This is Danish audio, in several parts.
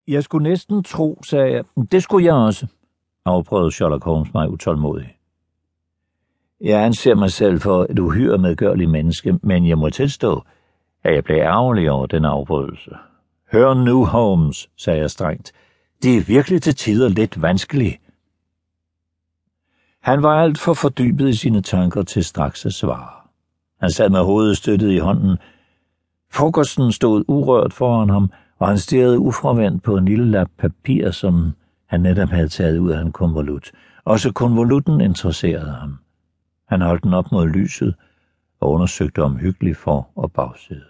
Jeg skulle næsten tro, sagde jeg. Det skulle jeg også, afprøvede Sherlock Holmes mig utålmodig. Jeg anser mig selv for et uhyre medgørligt menneske, men jeg må tilstå, at jeg blev ærgerlig over den afbrydelse. Hør nu, Holmes, sagde jeg strengt. Det er virkelig til tider lidt vanskeligt. Han var alt for fordybet i sine tanker til straks at svare. Han sad med hovedet støttet i hånden. Frokosten stod urørt foran ham, og han stirrede ufravendt på en lille lap papir, som han netop havde taget ud af en konvolut. Også konvolutten interesserede ham. Han holdt den op mod lyset og undersøgte omhyggeligt for- og bagside.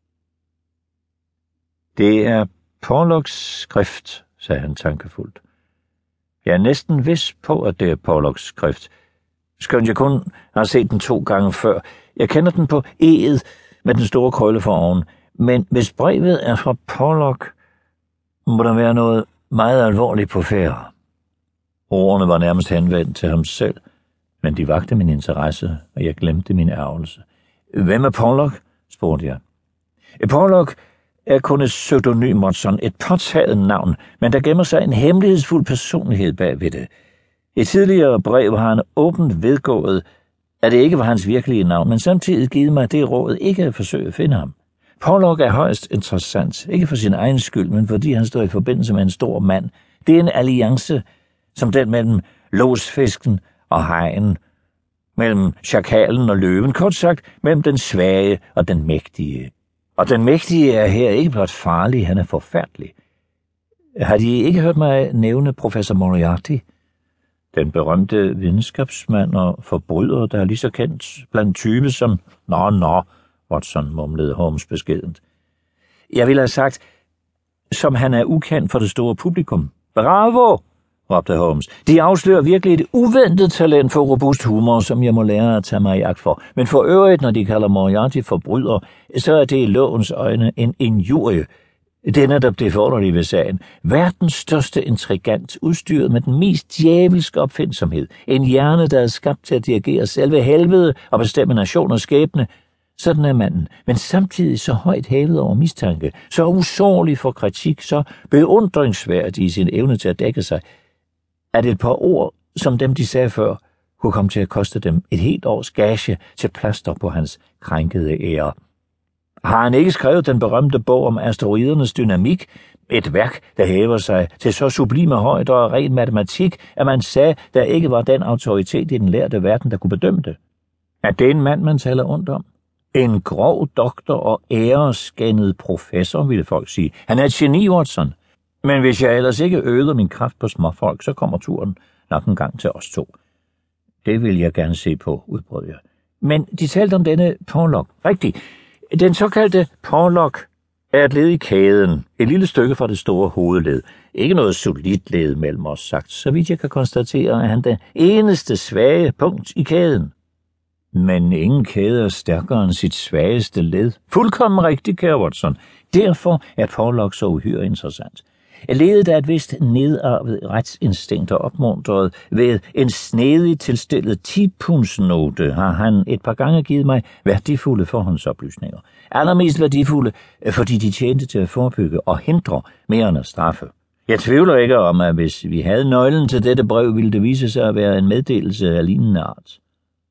Det er Porlocks skrift, sagde han tankefuldt. Jeg er næsten vis på, at det er Porlocks skrift. Skønt jeg kun har set den 2 gange før. Jeg kender den på E'et med den store krølle for oven. Men hvis brevet er fra Porlock, må der være noget meget alvorligt på færde. Ordene var nærmest henvendt til ham selv, men de vakte min interesse, og jeg glemte min ærgelse. Hvem er Porlock? Spurgte jeg. Porlock er kun et pseudonym, Watson, et påtaget navn, men der gemmer sig en hemmelighedsfuld personlighed bag ved det. I tidligere brev har han åbent vedgået, at det ikke var hans virkelige navn, men samtidig givet mig det råd ikke at forsøge at finde ham. Porlock er højst interessant, ikke for sin egen skyld, men fordi han står i forbindelse med en stor mand. Det er en alliance, som den mellem losfisken og hajen, mellem sjakalen og løven, kort sagt mellem den svage og den mægtige. Og den mægtige er her ikke blot farlig, han er forfærdelig. Har de ikke hørt mig nævne professor Moriarty? Den berømte videnskabsmand og forbryder, der er lige så kendt blandt type som... Nå, Watson mumlede Holmes beskedent. Jeg ville have sagt, som han er ukendt for det store publikum. Bravo, råbte Holmes. De afslører virkelig et uventet talent for robust humor, som jeg må lære at tage mig i agt for. Men for øvrigt, når de kalder Moriarty forbryder, så er det i lovens øjne en injurie. Det er netop det forunderlige ved sagen. Verdens største intrigant, udstyret med den mest djævelske opfindsomhed. En hjerne, der er skabt til at dirigere selve helvede og bestemme nationers skæbne. Sådan er manden, men samtidig så højt hævet over mistanke, så usårlig for kritik, så beundringsværdig i sin evne til at dække sig, at et par ord, som dem de sagde før, kunne komme til at koste dem et helt års gage til plaster på hans krænkede ære. Har han ikke skrevet den berømte bog om asteroidernes dynamik, et værk, der hæver sig til så sublime højder og ren matematik, at man sagde, der ikke var den autoritet i den lærte verden, der kunne bedømme det? Er det en mand, man taler ondt om? En grov doktor og æreskændet professor, ville folk sige. Han er et geni, Watson. Men hvis jeg ellers ikke øder min kraft på småfolk, så kommer turen nok en gang til os 2. Det vil jeg gerne se på, udbrød jeg. Men de talte om denne Porlock. Rigtigt. Den såkaldte Porlock er et led i kæden. Et lille stykke fra det store hovedled. Ikke noget solidt led mellem os sagt. Så vidt jeg kan konstatere, at han det eneste svage punkt i kæden. Men ingen kæde er stærkere end sit svageste led. Fuldkommen rigtigt, kære Watson. Derfor er Porlock så uhyre interessant. Ledet af et vist nedarvet retsinstinkt og opmuntret ved en snedigt tilstillet 10-pundsnote har han et par gange givet mig værdifulde forhåndsoplysninger. Allermest værdifulde, fordi de tjente til at forebygge og hindre mere end at straffe. Jeg tvivler ikke om, at hvis vi havde nøglen til dette brev, ville det vise sig at være en meddelelse af lignende art.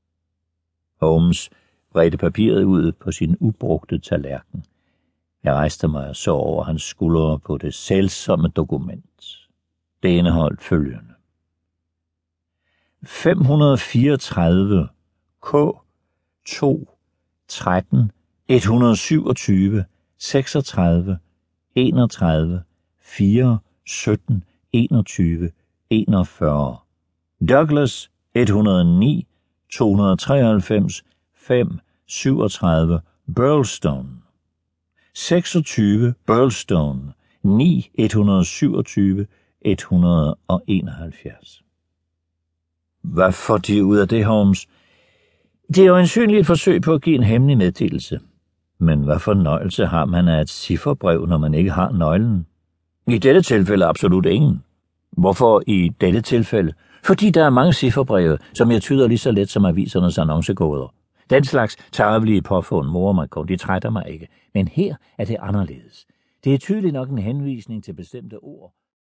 Holmes bredte papiret ud på sin ubrugte tallerken. Jeg rejste mig og så over hans skuldre på det sælsomme dokument. Det indeholdt følgende. 534 K 2 13 127 36 31 4 17 21 41 Douglas 109 293 5 37 Burlstone 26 Burlstone 9 127 171. Hvad får de ud af det, Holmes? Det er jo øjensynligt et forsøg på at give en hemmelig meddelelse. Men hvad fornøjelse har man af et cifferbrev, når man ikke har nøglen? I dette tilfælde absolut ingen. Hvorfor i dette tilfælde? Fordi der er mange cifferbreve, som jeg tyder lige så let som avisernes annoncekoder. Den slags tarvelige påfund morer mig kun, de trætter mig ikke. Men her er det anderledes. Det er tydeligt nok en henvisning til bestemte ord.